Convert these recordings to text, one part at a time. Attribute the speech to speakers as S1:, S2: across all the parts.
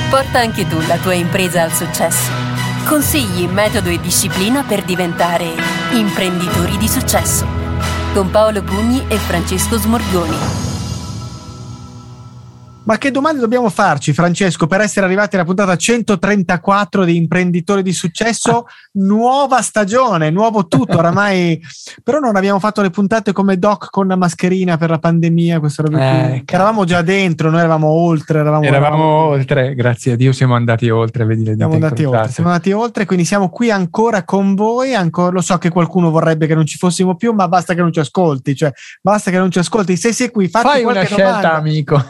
S1: Porta anche tu la tua impresa al successo. Consigli, metodo e disciplina per diventare imprenditori di successo. Con Paolo Pugni e Francesco Smorgoni.
S2: Ma che domande dobbiamo farci, Francesco, per essere arrivati alla puntata 134 di Imprenditori di Successo? Nuova stagione, nuovo tutto, oramai. Però non abbiamo fatto le puntate come Doc con la mascherina per la pandemia, questa roba qui. Eravamo già dentro, noi eravamo oltre.
S3: Eravamo oltre, grazie a Dio siamo andati oltre.
S2: Siamo andati oltre, quindi siamo qui ancora con voi. Lo so che qualcuno vorrebbe che non ci fossimo più, ma basta che non ci ascolti. Cioè, basta che non ci ascolti. Se sei qui, fai
S3: una scelta,
S2: domanda.
S3: Amico.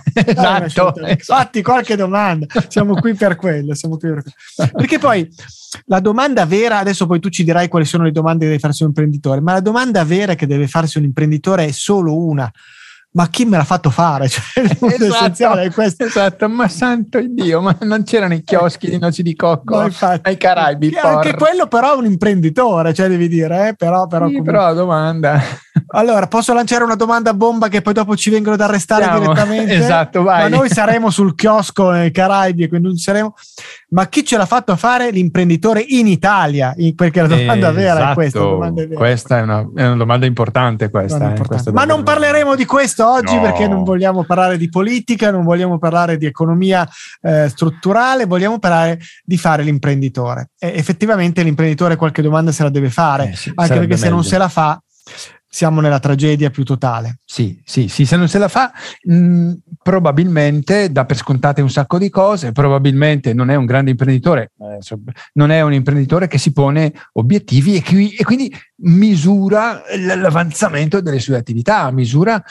S2: Fatti qualche domanda, siamo qui per quello. Perché poi la domanda vera, adesso poi tu ci dirai quali sono le domande che deve farsi un imprenditore, ma la domanda vera che deve farsi un imprenditore è solo una: ma chi me l'ha fatto fare? Cioè, il punto essenziale è questo.
S3: Esatto, ma santo Dio, ma non c'erano i chioschi di noci di cocco ai Caraibi?
S2: Anche quello però è un imprenditore, cioè devi dire, però
S3: la domanda.
S2: Allora, posso lanciare una domanda bomba che poi dopo ci vengono ad arrestare direttamente?
S3: Esatto, vai.
S2: Ma noi saremo sul chiosco nei Caraibi e quindi non saremo. Ma chi ce l'ha fatto a fare l'imprenditore in Italia? Perché la domanda vera è questa.
S3: Questa è una domanda importante.
S2: Ma non parleremo di questo oggi, perché non vogliamo parlare di politica, non vogliamo parlare di economia strutturale, vogliamo parlare di fare l'imprenditore. E effettivamente l'imprenditore qualche domanda se la deve fare, anche perché se non se la fa siamo nella tragedia più totale.
S3: Sì, se non se la fa, probabilmente dà per scontate un sacco di cose, probabilmente non è un grande imprenditore, non è un imprenditore che si pone obiettivi e quindi misura l'avanzamento delle sue attività, misura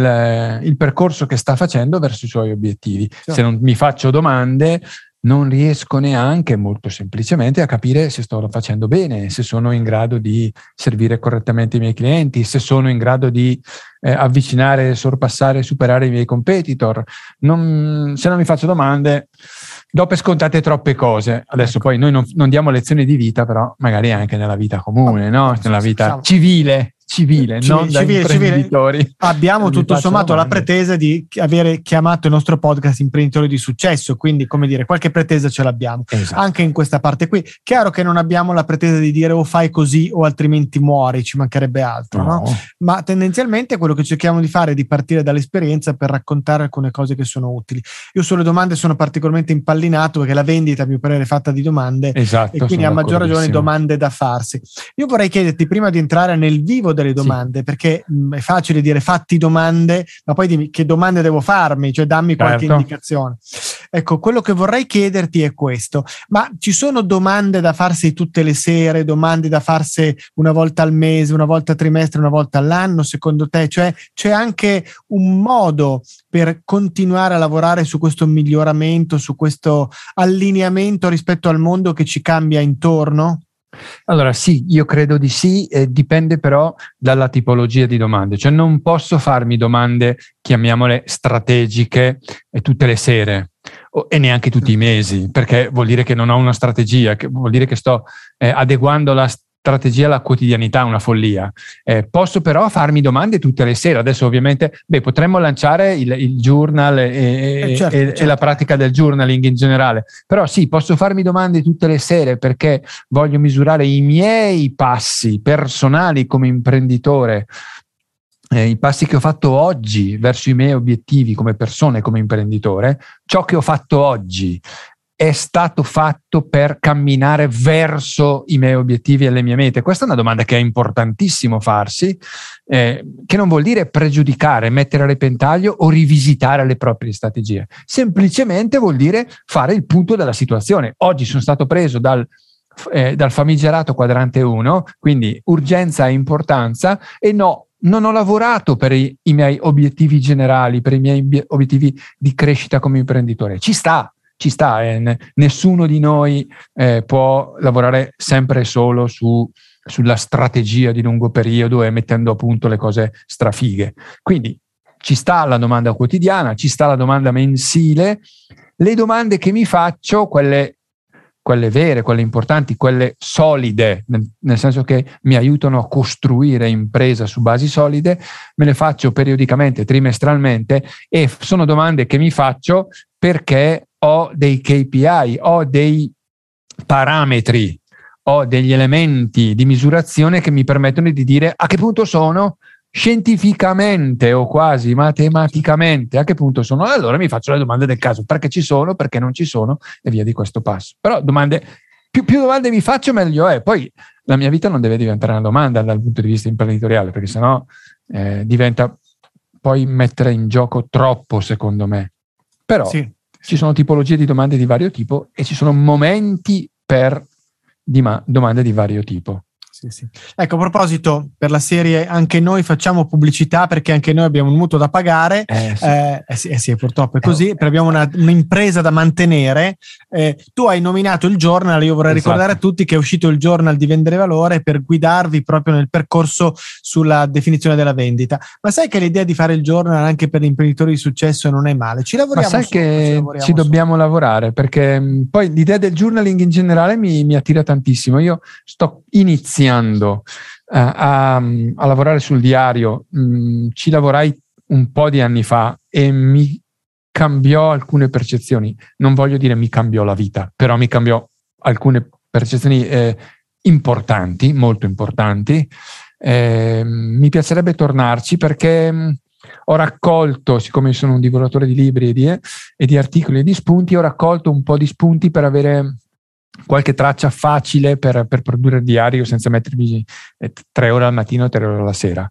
S3: il percorso che sta facendo verso i suoi obiettivi. Sì. Se non mi faccio domande, non riesco neanche molto semplicemente a capire se sto facendo bene, se sono in grado di servire correttamente i miei clienti, se sono in grado di avvicinare, sorpassare, superare i miei competitor. Se non mi faccio domande, do per scontate troppe cose. Adesso poi noi non diamo lezioni di vita, però magari anche nella vita comune, no? Nella vita civile, non da imprenditori.
S2: Abbiamo tutto sommato la pretesa di avere chiamato il nostro podcast Imprenditori di Successo, quindi come dire, qualche pretesa ce l'abbiamo.
S3: Esatto.
S2: Anche in questa parte qui. Chiaro che non abbiamo la pretesa di dire o fai così o altrimenti muori, ci mancherebbe altro, no? Ma tendenzialmente quello che cerchiamo di fare è di partire dall'esperienza per raccontare alcune cose che sono utili. Io sulle domande sono particolarmente impallinato perché la vendita, a mio parere, è fatta di domande,
S3: esatto,
S2: e quindi a maggior ragione domande da farsi. Io vorrei chiederti, prima di entrare nel vivo delle domande, perché è facile dire fatti domande, ma poi dimmi che domande devo farmi, cioè dammi qualche indicazione. Ecco, quello che vorrei chiederti è questo: ma ci sono domande da farsi tutte le sere, domande da farsi una volta al mese, una volta a trimestre, una volta all'anno, secondo te? Cioè c'è anche un modo per continuare a lavorare su questo miglioramento, su questo allineamento rispetto al mondo che ci cambia intorno?
S3: Allora sì, io credo di sì, dipende però dalla tipologia di domande, cioè non posso farmi domande, chiamiamole strategiche, tutte le sere e neanche tutti i mesi, perché vuol dire che non ho una strategia, che vuol dire che sto adeguando la strategia alla quotidianità, una follia. Posso però farmi domande tutte le sere. Adesso ovviamente potremmo lanciare il journal e la pratica del journaling in generale, però sì, posso farmi domande tutte le sere perché voglio misurare i miei passi personali come imprenditore, i passi che ho fatto oggi verso i miei obiettivi come persona e come imprenditore. Ciò che ho fatto oggi è stato fatto per camminare verso i miei obiettivi e le mie mete? Questa è una domanda che è importantissimo farsi, che non vuol dire pregiudicare, mettere a repentaglio o rivisitare le proprie strategie. Semplicemente vuol dire fare il punto della situazione. Oggi sono stato preso dal famigerato quadrante 1, quindi urgenza e importanza, e non ho lavorato per i miei obiettivi generali, per i miei obiettivi di crescita come imprenditore. Ci sta, nessuno di noi può lavorare sempre solo sulla strategia di lungo periodo e mettendo a punto le cose strafighe. Quindi ci sta la domanda quotidiana, ci sta la domanda mensile. Le domande che mi faccio, quelle vere, quelle importanti, quelle solide, nel senso che mi aiutano a costruire impresa su basi solide, me le faccio periodicamente, trimestralmente, e sono domande che mi faccio perché ho dei KPI, ho dei parametri, ho degli elementi di misurazione che mi permettono di dire a che punto sono scientificamente o quasi matematicamente, a che punto sono. Allora mi faccio le domande del caso, perché ci sono, perché non ci sono, e via di questo passo. Però più domande mi faccio, meglio è. Poi la mia vita non deve diventare una domanda dal punto di vista imprenditoriale, perché sennò diventa poi mettere in gioco troppo, secondo me. Però ci sono tipologie di domande di vario tipo e ci sono momenti per domande di vario tipo.
S2: Sì. Ecco, a proposito, per la serie anche noi facciamo pubblicità, perché anche noi abbiamo un mutuo da pagare. Sì, purtroppo è così, abbiamo un'impresa da mantenere. Tu hai nominato il journal, io vorrei ricordare a tutti che è uscito il journal di Vendere Valore per guidarvi proprio nel percorso sulla definizione della vendita. Ma sai che l'idea di fare il journal anche per gli imprenditori di successo non è male? Ci lavoriamo.
S3: Ma sai che ci dobbiamo lavorare, perché poi l'idea del journaling in generale mi attira tantissimo. Io sto iniziando a lavorare sul diario. Ci lavorai un po' di anni fa e mi cambiò alcune percezioni. Non voglio dire mi cambiò la vita, però mi cambiò alcune percezioni importanti, molto importanti. Mi piacerebbe tornarci, perché ho raccolto, siccome sono un divoratore di libri e di articoli e di spunti, ho raccolto un po' di spunti per avere qualche traccia facile per produrre il diario senza mettermi 3 ore al mattino e 3 ore alla sera.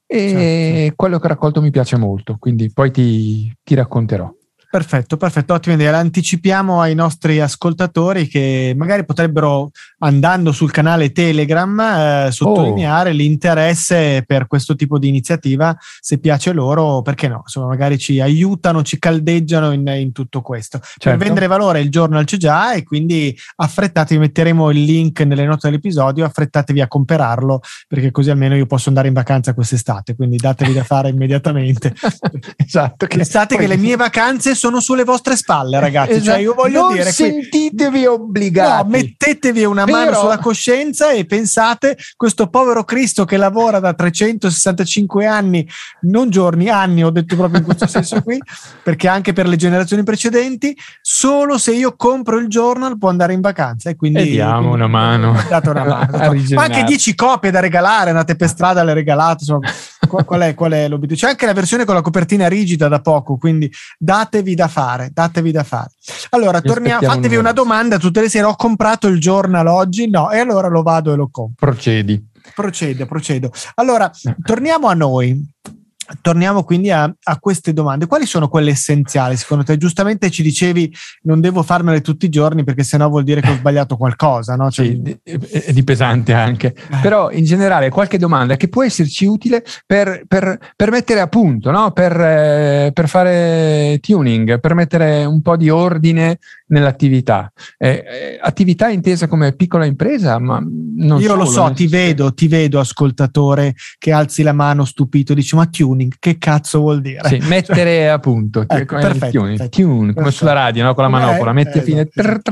S3: E quello che ho raccolto mi piace molto, quindi poi ti racconterò.
S2: Perfetto, ottima idea. L'anticipiamo ai nostri ascoltatori che magari potrebbero, andando sul canale Telegram, sottolineare l'interesse per questo tipo di iniziativa, se piace loro, perché no? Insomma, magari ci aiutano, ci caldeggiano in tutto questo. Certo. Per Vendere Valore il journal c'è già, e quindi affrettatevi, metteremo il link nelle note dell'episodio, affrettatevi a comprarlo, perché così almeno io posso andare in vacanza quest'estate, quindi datevi da fare immediatamente.
S3: Esatto.
S2: Pensate che le mie vacanze sono sulle vostre spalle, ragazzi.
S3: Esatto.
S2: Cioè, io voglio
S3: non
S2: dire,
S3: sentitevi obbligati.
S2: No, mettetevi una mano sulla coscienza e pensate, questo povero Cristo che lavora da 365 anni, non giorni, anni, ho detto proprio in questo senso qui, perché anche per le generazioni precedenti, solo se io compro il journal può andare in vacanza, e quindi
S3: diamo una mano.
S2: Date una mano. Ma anche 10 copie da regalare, andate per strada, le regalate, insomma. Qual è l'obiettivo? C'è anche la versione con la copertina rigida da poco, quindi datevi da fare. Allora, fatevi una domanda tutte le sere: ho comprato il journal oggi? No, e allora lo vado e lo compro. Procedo. Allora, torniamo a noi. Torniamo quindi a queste domande. Quali sono quelle essenziali secondo te? Giustamente ci dicevi non devo farmele tutti i giorni perché sennò vuol dire che ho sbagliato qualcosa, no? Cioè,
S3: sì, è di pesante anche. Però in generale qualche domanda che può esserci utile per mettere a punto, no? Per fare tuning, per mettere un po' di ordine nell'attività. Attività intesa come piccola impresa, ma non
S2: io
S3: solo,
S2: lo so, ti vedo ascoltatore che alzi la mano stupito, dici ma tuning, che cazzo vuol dire?
S3: Sì, mettere a punto,
S2: perfetto.
S3: Tune, come sulla radio, no? Con la manopola, metti a fine.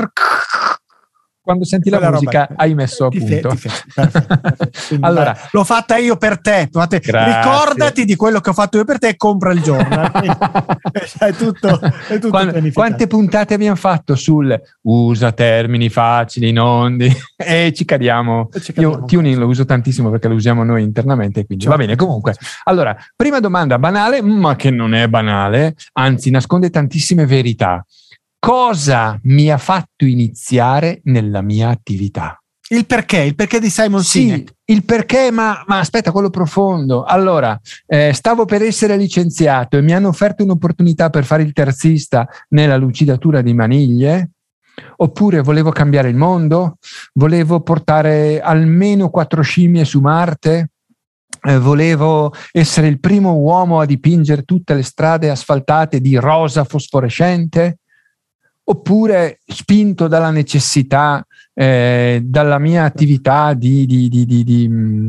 S3: Quando senti la musica hai messo a punto.
S2: Perfetto. Allora, l'ho fatta io per te. Ricordati di quello che ho fatto io per te e compra il giorno. È tutto
S3: quante puntate abbiamo fatto sul usa termini facili, non e ci cadiamo. Io tuning lo uso tantissimo perché lo usiamo noi internamente, quindi va bene. Comunque, allora, prima domanda banale, ma che non è banale, anzi nasconde tantissime verità. Cosa mi ha fatto iniziare nella mia attività?
S2: Il perché di Simon Sinek.
S3: Sì, il perché, ma aspetta, quello profondo. Allora, stavo per essere licenziato e mi hanno offerto un'opportunità per fare il terzista nella lucidatura di maniglie, oppure volevo cambiare il mondo, volevo portare almeno 4 scimmie su Marte, volevo essere il primo uomo a dipingere tutte le strade asfaltate di rosa fosforescente, oppure spinto dalla necessità, dalla mia attività di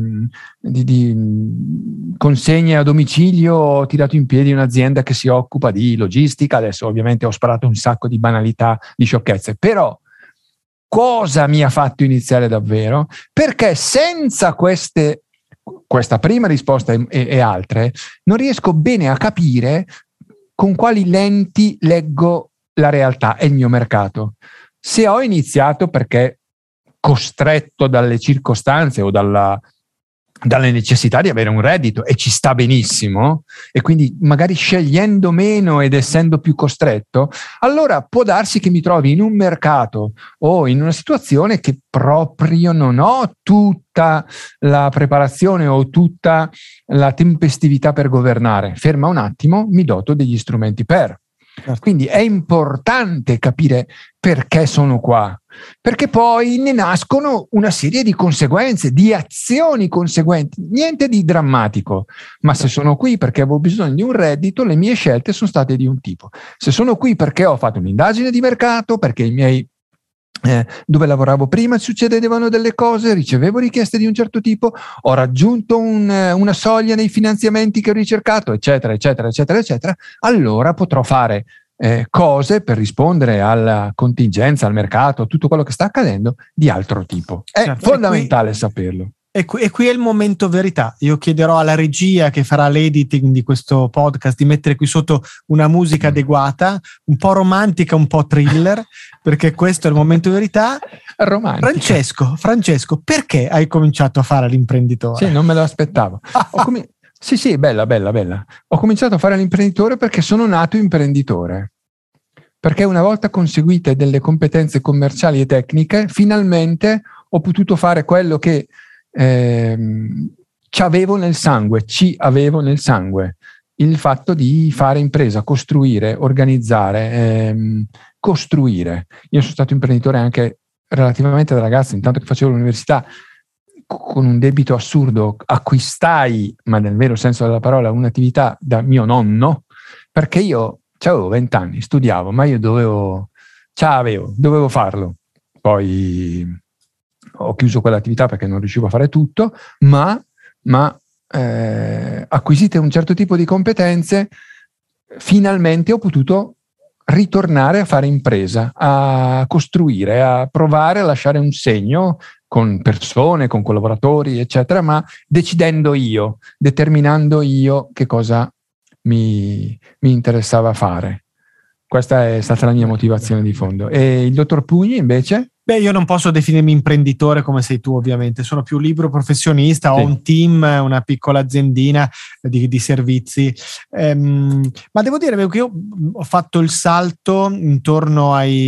S3: consegne a domicilio, ho tirato in piedi un'azienda che si occupa di logistica. Adesso ovviamente ho sparato un sacco di banalità, di sciocchezze, però cosa mi ha fatto iniziare davvero? Perché senza questa prima risposta e altre non riesco bene a capire con quali lenti leggo la realtà, è il mio mercato. Se ho iniziato perché costretto dalle circostanze o dalle necessità di avere un reddito, e ci sta benissimo, e quindi magari scegliendo meno ed essendo più costretto, allora può darsi che mi trovi in un mercato o in una situazione che proprio non ho tutta la preparazione o tutta la tempestività per governare. Ferma un attimo, mi doto degli strumenti per. Quindi è importante capire perché sono qua, perché poi ne nascono una serie di conseguenze, di azioni conseguenti, niente di drammatico. Ma se sono qui perché avevo bisogno di un reddito, le mie scelte sono state di un tipo. Se sono qui perché ho fatto un'indagine di mercato, perché i miei dove lavoravo prima succedevano delle cose, ricevevo richieste di un certo tipo, ho raggiunto una soglia nei finanziamenti che ho ricercato, eccetera, eccetera, eccetera, eccetera, allora potrò fare cose per rispondere alla contingenza, al mercato, a tutto quello che sta accadendo di altro tipo. È fondamentale saperlo.
S2: E qui è il momento verità. Io chiederò alla regia che farà l'editing di questo podcast di mettere qui sotto una musica adeguata, un po' romantica, un po' thriller, perché questo è il momento verità. Francesco, perché hai cominciato a fare l'imprenditore?
S3: Sì, non me lo aspettavo. Sì, bella. Ho cominciato a fare l'imprenditore perché sono nato imprenditore. Perché una volta conseguite delle competenze commerciali e tecniche, finalmente ho potuto fare quello che ci avevo nel sangue, il fatto di fare impresa, costruire, organizzare, costruire. Io sono stato imprenditore anche relativamente da ragazzo, intanto che facevo l'università, con un debito assurdo acquistai, ma nel vero senso della parola, un'attività da mio nonno, perché io avevo 20 anni, studiavo, ma io dovevo farlo. Poi ho chiuso quell'attività perché non riuscivo a fare tutto, ma acquisite un certo tipo di competenze, finalmente ho potuto ritornare a fare impresa, a costruire, a provare a lasciare un segno con persone, con collaboratori, eccetera, ma decidendo io, determinando io che cosa mi interessava fare. Questa è stata la mia motivazione di fondo. E il dottor Pugni invece?
S2: Beh, io non posso definirmi imprenditore come sei tu, ovviamente. Sono più libero professionista, ho un team, una piccola aziendina di servizi. Ma devo dire che io ho fatto il salto intorno ai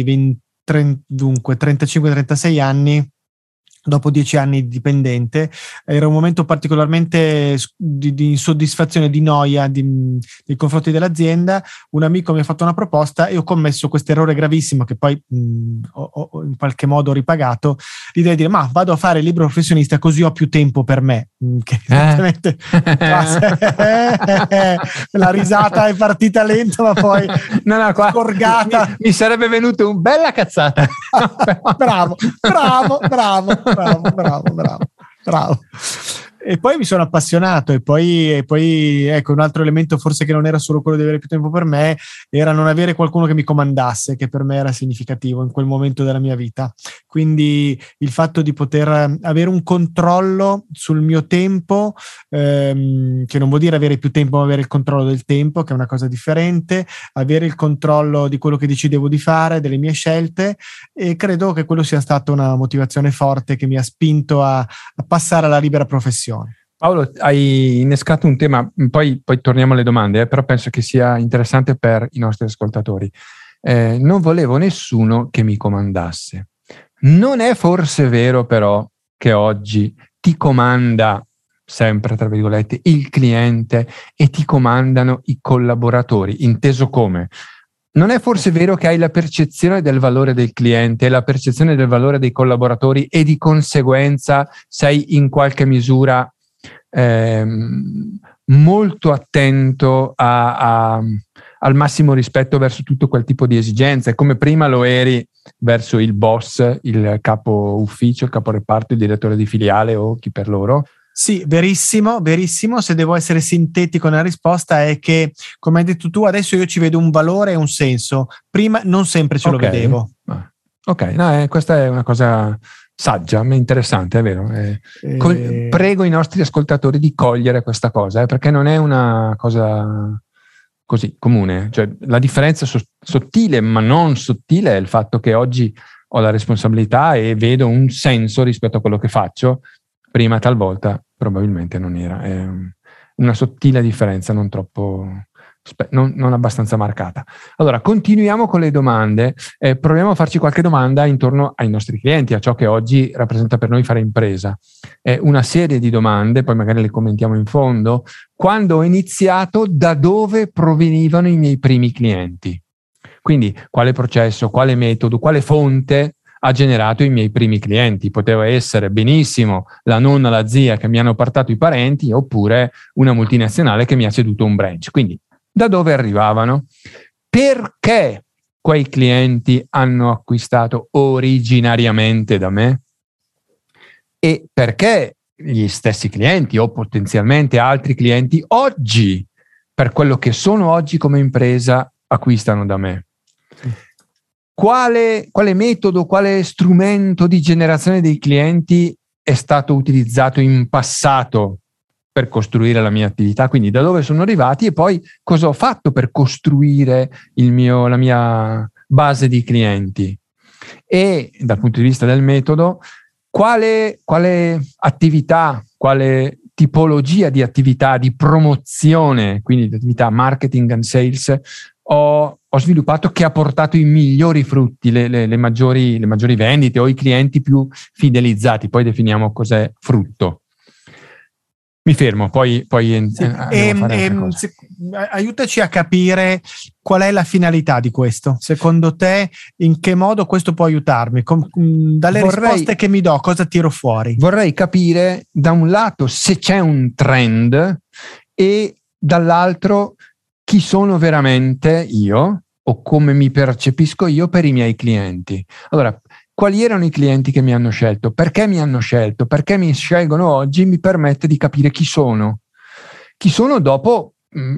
S2: 35-36 anni. Dopo 10 anni di dipendente, era un momento particolarmente di insoddisfazione, di noia nei confronti dell'azienda. Un amico mi ha fatto una proposta e ho commesso questo errore gravissimo che poi ho in qualche modo ripagato, l'idea di dire ma vado a fare il libero professionista così ho più tempo per me, che evidentemente la risata è partita lenta ma poi scorgata.
S3: Mi sarebbe venuto un bella cazzata.
S2: bravo. E poi mi sono appassionato e poi ecco, un altro elemento forse che non era solo quello di avere più tempo per me, era non avere qualcuno che mi comandasse, che per me era significativo in quel momento della mia vita. Quindi il fatto di poter avere un controllo sul mio tempo, che non vuol dire avere più tempo, ma avere il controllo del tempo, che è una cosa differente, avere il controllo di quello che decidevo di fare, delle mie scelte, e credo che quello sia stata una motivazione forte che mi ha spinto a passare alla libera professione.
S3: Paolo, hai innescato un tema, poi torniamo alle domande, però penso che sia interessante per i nostri ascoltatori. Non volevo nessuno che mi comandasse. Non è forse vero però che oggi ti comanda, sempre tra virgolette, il cliente e ti comandano i collaboratori, inteso come? Non è forse vero che hai la percezione del valore del cliente, la percezione del valore dei collaboratori e di conseguenza sei in qualche misura molto attento al massimo rispetto verso tutto quel tipo di esigenze, come prima lo eri verso il boss, il capo ufficio, il capo reparto, il direttore di filiale o chi per loro?
S2: Sì, verissimo. Se devo essere sintetico nella risposta è che, come hai detto tu, adesso io ci vedo un valore e un senso. Prima non sempre ce lo vedevo.
S3: Ok, no, questa è una cosa saggia, ma interessante, è vero. Prego i nostri ascoltatori di cogliere questa cosa, perché non è una cosa così comune. Cioè, la differenza sottile ma non sottile è il fatto che oggi ho la responsabilità e vedo un senso rispetto a quello che faccio. Prima talvolta probabilmente non era. È una sottile differenza, non troppo, non abbastanza marcata. Allora, continuiamo con le domande. Proviamo a farci qualche domanda intorno ai nostri clienti, a ciò che oggi rappresenta per noi fare impresa. Una serie di domande, poi magari le commentiamo in fondo. Quando ho iniziato, da dove provenivano i miei primi clienti? Quindi, quale processo, quale metodo, quale fonte ha generato i miei primi clienti? Poteva essere benissimo la nonna, la zia che mi hanno portato i parenti, oppure una multinazionale che mi ha ceduto un branch. Quindi, da dove arrivavano? Perché quei clienti hanno acquistato originariamente da me? E perché gli stessi clienti o potenzialmente altri clienti oggi, per quello che sono oggi come impresa, acquistano da me? Quale metodo, quale strumento di generazione dei clienti è stato utilizzato in passato per costruire la mia attività? Quindi da dove sono arrivati e poi cosa ho fatto per costruire la mia base di clienti? E dal punto di vista del metodo, quale attività, quale tipologia di attività di promozione, quindi di attività marketing and sales, ho sviluppato che ha portato i migliori frutti, le maggiori vendite o i clienti più fidelizzati. Poi definiamo cos'è frutto. Mi fermo, poi
S2: aiutaci a capire qual è la finalità di questo. Secondo te, in che modo questo può aiutarmi? Dalle risposte che mi do, cosa tiro fuori?
S3: Vorrei capire, da un lato, se c'è un trend e dall'altro chi sono veramente io o come mi percepisco io per i miei clienti. Allora, quali erano i clienti che mi hanno scelto? Perché mi hanno scelto? Perché mi scelgono oggi? Mi permette di capire chi sono. Chi sono dopo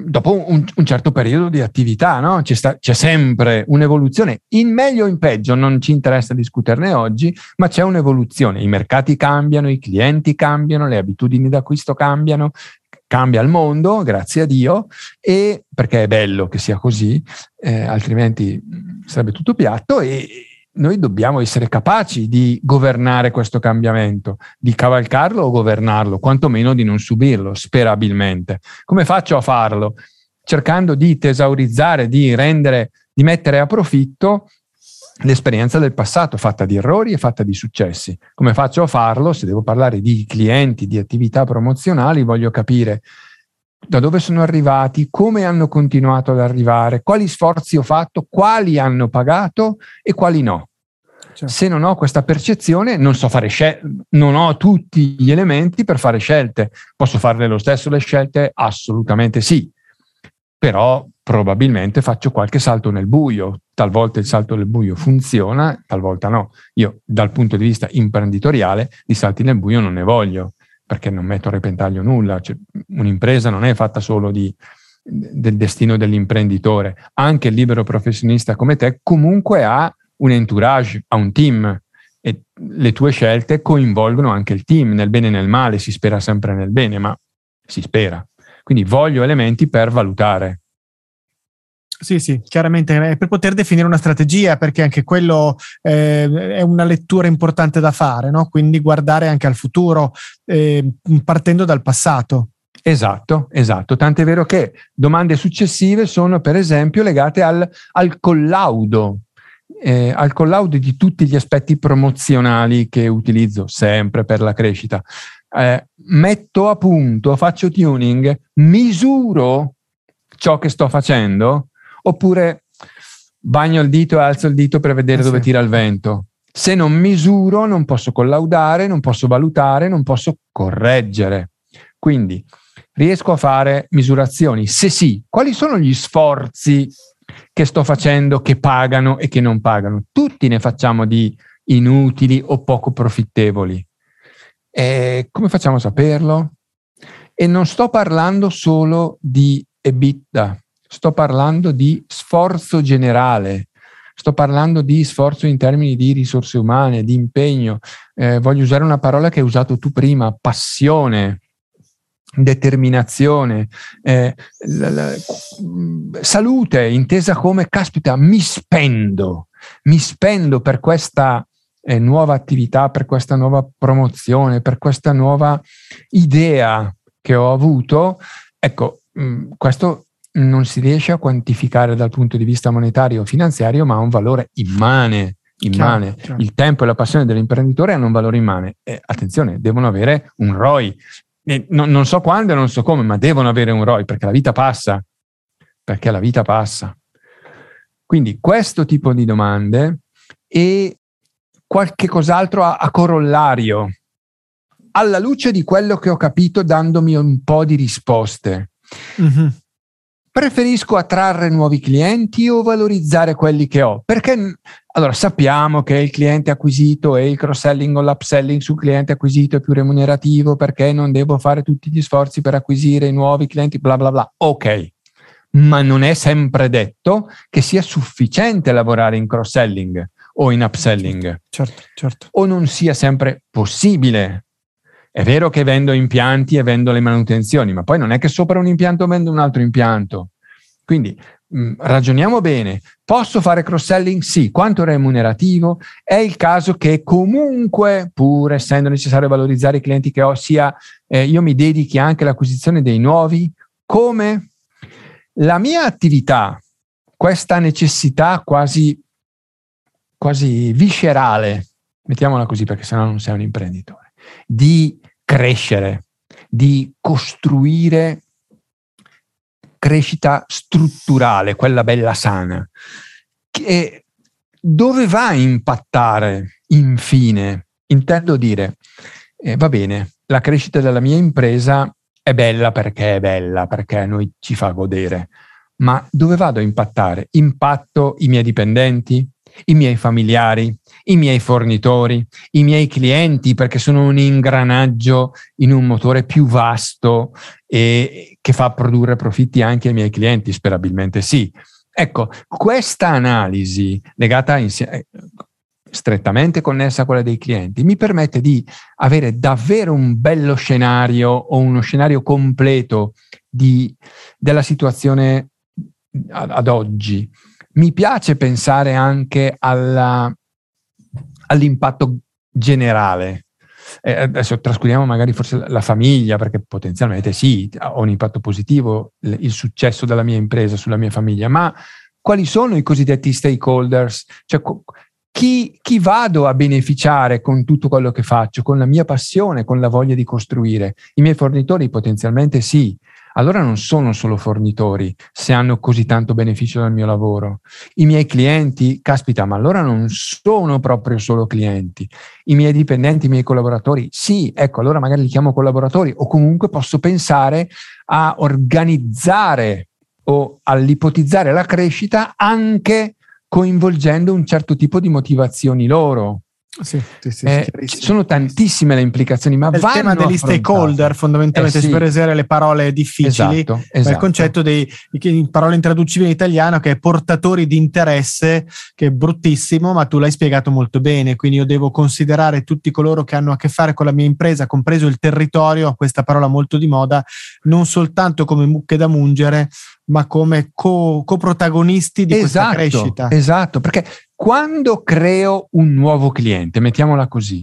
S3: un certo periodo di attività, no? C'è sempre un'evoluzione, in meglio o in peggio, non ci interessa discuterne oggi, ma c'è un'evoluzione. I mercati cambiano, i clienti cambiano, le abitudini d'acquisto cambiano, cambia il mondo, grazie a Dio, e perché è bello che sia così, altrimenti sarebbe tutto piatto, e noi dobbiamo essere capaci di governare questo cambiamento, di cavalcarlo o governarlo, quantomeno di non subirlo, sperabilmente. Come faccio a farlo? Cercando di tesaurizzare, di mettere a profitto l'esperienza del passato, fatta di errori e fatta di successi. Come faccio a farlo? Se devo parlare di clienti, di attività promozionali, voglio capire da dove sono arrivati, come hanno continuato ad arrivare, quali sforzi ho fatto, quali hanno pagato e quali no. Certo. Se non ho questa percezione, non so fare non ho tutti gli elementi per fare scelte. Posso farle lo stesso le scelte? Assolutamente sì. Però probabilmente faccio qualche salto nel buio. Talvolta il salto nel buio funziona, talvolta no. Io, dal punto di vista imprenditoriale, di salti nel buio non ne voglio, perché non metto a repentaglio nulla. Cioè, un'impresa non è fatta solo del destino dell'imprenditore. Anche il libero professionista come te comunque ha un entourage, ha un team, e le tue scelte coinvolgono anche il team, nel bene e nel male. Si spera sempre nel bene, ma si spera. Quindi voglio elementi per valutare.
S2: Sì, chiaramente per poter definire una strategia, perché anche quello è una lettura importante da fare, no? Quindi guardare anche al futuro, partendo dal passato.
S3: Esatto. Tant'è vero che domande successive sono, per esempio, legate al collaudo. Al collaudo di tutti gli aspetti promozionali che utilizzo sempre per la crescita. Metto a punto, faccio tuning, misuro ciò che sto facendo, oppure bagno il dito e alzo il dito per vedere dove tira il vento. Se non misuro non posso collaudare, non posso valutare, non posso correggere. Quindi riesco a fare misurazioni? Se sì, quali sono gli sforzi che sto facendo che pagano e che non pagano? Tutti ne facciamo di inutili o poco profittevoli. E come facciamo a saperlo? E non sto parlando solo di EBITDA, sto parlando di sforzo generale, sto parlando di sforzo in termini di risorse umane, di impegno. Voglio usare una parola che hai usato tu prima, passione. determinazione, salute intesa come caspita, mi spendo per questa nuova attività, per questa nuova promozione, per questa nuova idea che ho avuto. Ecco, questo non si riesce a quantificare dal punto di vista monetario o finanziario, ma ha un valore immane. Chiaro. Il tempo e la passione dell'imprenditore hanno un valore immane. Attenzione, devono avere un ROI. Non so quando e non so come, ma devono avere un ROI, perché la vita passa. Quindi questo tipo di domande e qualche cos'altro a corollario, alla luce di quello che ho capito dandomi un po' di risposte. Mm-hmm. Preferisco attrarre nuovi clienti o valorizzare quelli che ho? Perché allora sappiamo che il cliente acquisito e il cross-selling o l'upselling sul cliente acquisito è più remunerativo, perché non devo fare tutti gli sforzi per acquisire i nuovi clienti, bla bla bla. Ok, ma non è sempre detto che sia sufficiente lavorare in cross-selling o in upselling.
S2: Certo.
S3: O non sia sempre possibile. È vero che vendo impianti e vendo le manutenzioni, ma poi non è che sopra un impianto vendo un altro impianto. Quindi ragioniamo bene. Posso fare cross-selling? Sì. Quanto remunerativo? È il caso che comunque, pur essendo necessario valorizzare i clienti che ho, sia io mi dedichi anche all'acquisizione dei nuovi? Come? La mia attività, questa necessità quasi viscerale, mettiamola così perché sennò non sei un imprenditore, di crescere, di costruire crescita strutturale, quella bella sana, che dove va a impattare infine? Intendo dire, va bene, la crescita della mia impresa è bella perché a noi ci fa godere, ma dove vado a impattare? Impatto i miei dipendenti, i miei familiari, i miei fornitori, i miei clienti, perché sono un ingranaggio in un motore più vasto e che fa produrre profitti anche ai miei clienti, sperabilmente sì. Ecco, questa analisi legata strettamente connessa a quella dei clienti mi permette di avere davvero un bello scenario o uno scenario completo della situazione ad oggi. Mi piace pensare anche all'impatto generale. Adesso trascuriamo magari forse la famiglia, perché potenzialmente sì, ha un impatto positivo il successo della mia impresa sulla mia famiglia, ma quali sono i cosiddetti stakeholders? Cioè chi vado a beneficiare con tutto quello che faccio, con la mia passione, con la voglia di costruire? I miei fornitori potenzialmente sì. Allora non sono solo fornitori se hanno così tanto beneficio dal mio lavoro. I miei clienti, caspita, ma allora non sono proprio solo clienti. I miei dipendenti, i miei collaboratori, sì, ecco, allora magari li chiamo collaboratori, o comunque posso pensare a organizzare o all'ipotizzare la crescita anche coinvolgendo un certo tipo di motivazioni loro.
S2: Sì,
S3: sono tantissime le implicazioni, ma
S2: il tema degli stakeholder fondamentalmente, per usare le parole difficili,
S3: esatto.
S2: Il concetto in parole intraducibili in italiano, che è portatori di interesse, che è bruttissimo, ma tu l'hai spiegato molto bene. Quindi io devo considerare tutti coloro che hanno a che fare con la mia impresa, compreso il territorio, questa parola molto di moda, non soltanto come mucche da mungere, ma come coprotagonisti di questa crescita.
S3: Esatto, perché quando creo un nuovo cliente, mettiamola così,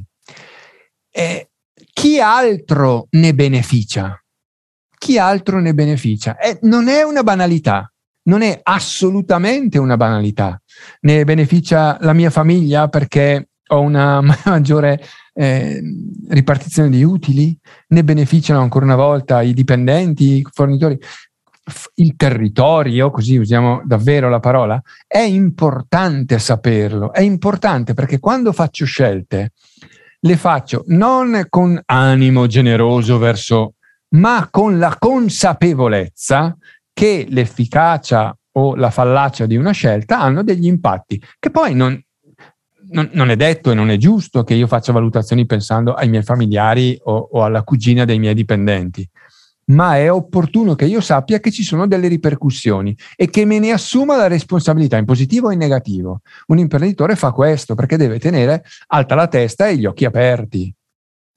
S3: chi altro ne beneficia? Chi altro ne beneficia? Non è una banalità, non è assolutamente una banalità. Ne beneficia la mia famiglia perché ho una maggiore ripartizione di utili? Ne beneficiano ancora una volta i dipendenti, i fornitori? Il territorio, così usiamo davvero la parola, è importante saperlo, è importante perché quando faccio scelte le faccio non con animo generoso ma con la consapevolezza che l'efficacia o la fallacia di una scelta hanno degli impatti, che poi non è detto e non è giusto che io faccia valutazioni pensando ai miei familiari o alla cugina dei miei dipendenti. Ma è opportuno che io sappia che ci sono delle ripercussioni e che me ne assuma la responsabilità in positivo o in negativo. Un imprenditore fa questo perché deve tenere alta la testa e gli occhi aperti.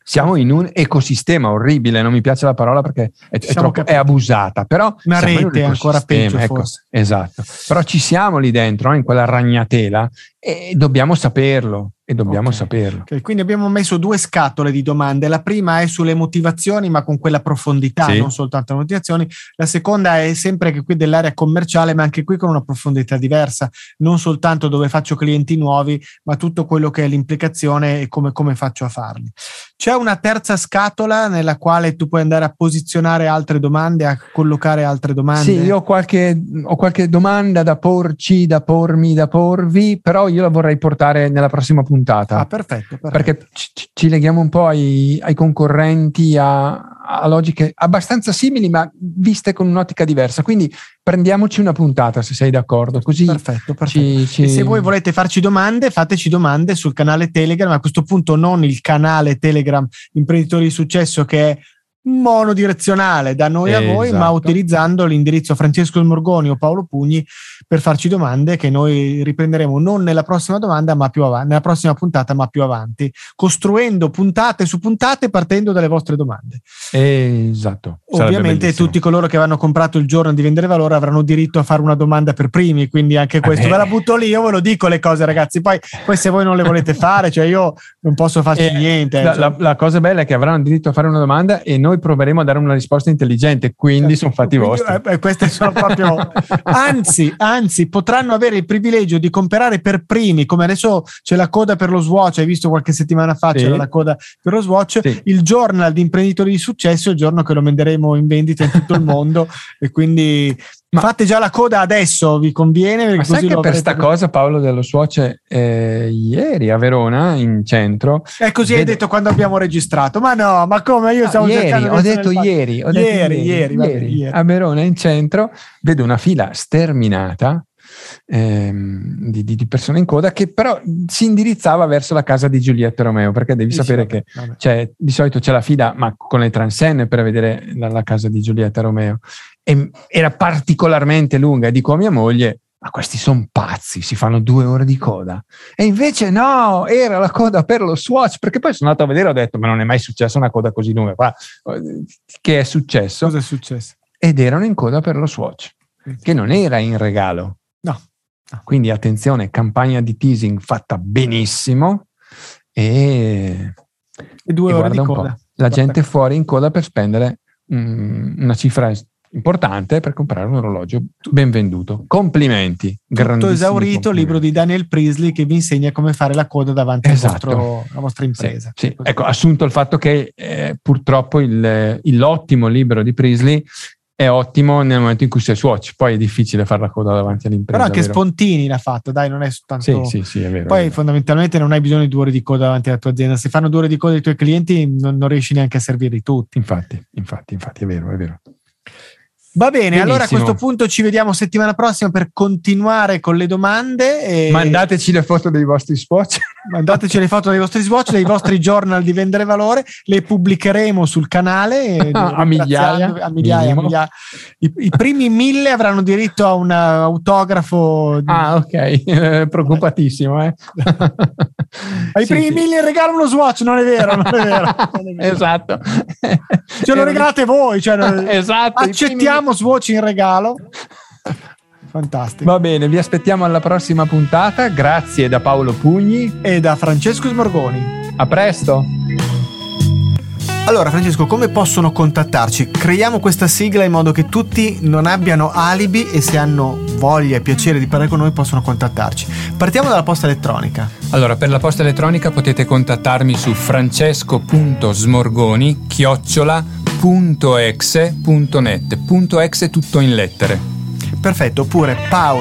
S3: Siamo in un ecosistema orribile, non mi piace la parola perché è abusata, però
S2: una rete ancora peggio, forse.
S3: Esatto, però ci siamo lì dentro, in quella ragnatela, e dobbiamo saperlo. Saperlo.
S2: Okay. Quindi abbiamo messo 2 scatole di domande. La prima è sulle motivazioni, ma con quella profondità, non soltanto le motivazioni. La seconda è sempre che qui dell'area commerciale, ma anche qui con una profondità diversa, non soltanto dove faccio clienti nuovi, ma tutto quello che è l'implicazione e come faccio a farli. C'è una terza scatola nella quale tu puoi andare a posizionare altre domande, a collocare altre domande.
S3: Sì, io ho qualche domanda da porci, da pormi, da porvi, però io la vorrei portare nella prossima puntata.
S2: Perfetto.
S3: Perché ci leghiamo un po' ai concorrenti, a logiche abbastanza simili, ma viste con un'ottica diversa. Quindi prendiamoci una puntata, se sei d'accordo. Così
S2: perfetto. E se voi volete farci domande, fateci domande sul canale Telegram. A questo punto non il canale Telegram Imprenditori di Successo, che è monodirezionale da noi a voi, ma utilizzando l'indirizzo Francesco Smorgoni o Paolo Pugni per farci domande, che noi riprenderemo non nella prossima domanda, ma più avanti, nella prossima puntata, ma più avanti, costruendo puntate su puntate partendo dalle vostre domande.
S3: Esatto.
S2: Ovviamente tutti coloro che avranno comprato il giorno di Vendere Valore avranno diritto a fare una domanda per primi, quindi anche questo ve la butto lì, io ve lo dico le cose, ragazzi, poi se voi non le volete fare, cioè io non posso farci niente.
S3: La cosa bella è che avranno diritto a fare una domanda e noi proveremo a dare una risposta intelligente, quindi sono fatti vostri.
S2: Queste sono proprio anzi potranno avere il privilegio di comprare per primi, come adesso c'è la coda per lo Swatch, hai visto qualche settimana fa c'era la coda per lo Swatch, il journal di Imprenditori di Successo, il giorno che lo manderemo in vendita in tutto il mondo, e quindi fate già la coda adesso, vi conviene.
S3: Ma sai che per sta cosa, Paolo, dello Swatch, ieri a Verona in centro
S2: è così hai detto quando abbiamo registrato, ma no, ma come, io stavo cercando
S3: ieri a Verona in centro vedo una fila sterminata di persone in coda, che però si indirizzava verso la casa di Giulietta Romeo, perché devi sapere che di solito c'è la fila, ma con le transenne, per vedere la casa di Giulietta Romeo, e era particolarmente lunga, e dico a mia moglie: ma questi sono pazzi, si fanno 2 ore di coda. E invece no, era la coda per lo Swatch, perché poi sono andato a vedere e ho detto: ma non è mai successa una coda così lunga qua. Che è successo?
S2: Cosa è successo?
S3: Ed erano in coda per lo Swatch, che non era in regalo.
S2: No.
S3: Quindi attenzione, campagna di teasing fatta benissimo, e
S2: 2 ore di coda.
S3: La gente fuori in coda per spendere una cifra importante per comprare un orologio ben venduto. Complimenti.
S2: Tutto esaurito, libro di Daniel Priestley che vi insegna come fare la coda davanti alla vostra impresa.
S3: Sì. Ecco, assunto il fatto che purtroppo l'ottimo libro di Priestley è ottimo nel momento in cui sei Swatch, poi è difficile fare la coda davanti all'impresa.
S2: Però anche Spontini l'ha fatto, dai, non è soltanto...
S3: Sì, è vero.
S2: Poi fondamentalmente non hai bisogno di 2 ore di coda davanti alla tua azienda. Se fanno 2 ore di coda i tuoi clienti non riesci neanche a servirli tutti.
S3: Infatti, è vero.
S2: Va bene,
S3: benissimo.
S2: Allora a questo punto ci vediamo settimana prossima per continuare con le domande.
S3: Mandateci le foto dei vostri Swatch.
S2: Mandateci le foto dei vostri Swatch, dei vostri journal di Vendere Valore, le pubblicheremo sul canale
S3: a migliaia.
S2: I primi 1000 avranno diritto a un autografo.
S3: Ok, preoccupatissimo.
S2: Ai primi 1000 regalo uno Swatch, non è vero.
S3: Esatto.
S2: Ce lo regalate voi,
S3: esatto.
S2: Accettiamo Swatch in regalo. Fantastico.
S3: Va bene, vi aspettiamo alla prossima puntata. Grazie da Paolo Pugni
S2: e da Francesco Smorgoni.
S3: A presto.
S2: Allora Francesco, come possono contattarci? Creiamo questa sigla in modo che tutti non abbiano alibi e se hanno voglia e piacere di parlare con noi possono contattarci. Partiamo dalla posta elettronica.
S3: Allora, per la posta elettronica potete contattarmi su francesco.smorgoni@exe.net. .exe tutto in lettere.
S2: Perfetto, oppure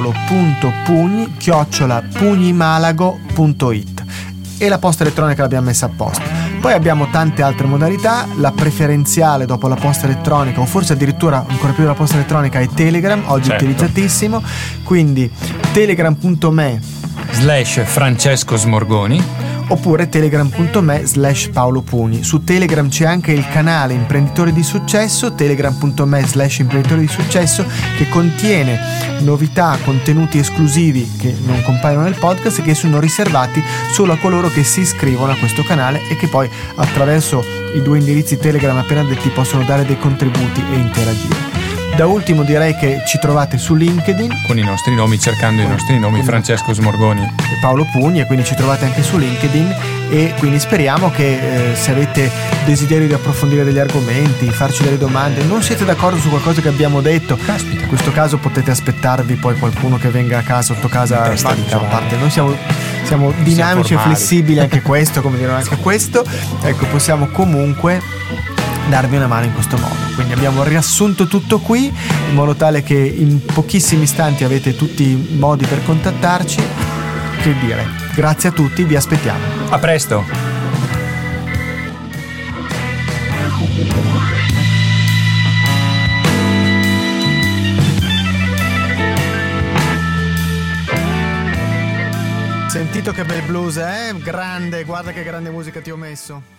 S2: paolo.pugni@pugnimalago.it, e la posta elettronica l'abbiamo messa apposta. Poi abbiamo tante altre modalità, la preferenziale dopo la posta elettronica, o forse addirittura ancora più la posta elettronica, è Telegram, oggi utilizzatissimo, quindi telegram.me/Francesco
S3: Smorgoni,
S2: oppure telegram.me/Paolo Pugni. Su Telegram c'è anche il canale Imprenditori di Successo, telegram.me/Imprenditori di Successo, che contiene novità, contenuti esclusivi che non compaiono nel podcast e che sono riservati solo a coloro che si iscrivono a questo canale e che poi attraverso i 2 indirizzi Telegram appena detti possono dare dei contributi e interagire. Da ultimo direi che ci trovate su LinkedIn
S3: con i nostri nomi, cercando i nostri nomi, Francesco Smorgoni e
S2: Paolo Pugni, e quindi ci trovate anche su LinkedIn, e quindi speriamo che se avete desiderio di approfondire degli argomenti, farci delle domande, non siete d'accordo su qualcosa che abbiamo detto, in questo caso potete aspettarvi poi qualcuno che venga a casa, sotto casa, a parte. Noi siamo dinamici e flessibili anche questo, come dire anche questo, ecco, possiamo comunque darvi una mano in questo modo. Quindi abbiamo riassunto tutto qui in modo tale che in pochissimi istanti avete tutti i modi per contattarci. Che dire, grazie a tutti, vi aspettiamo.
S3: A presto.
S2: Sentito che bel blues, grande, guarda che grande musica ti ho messo.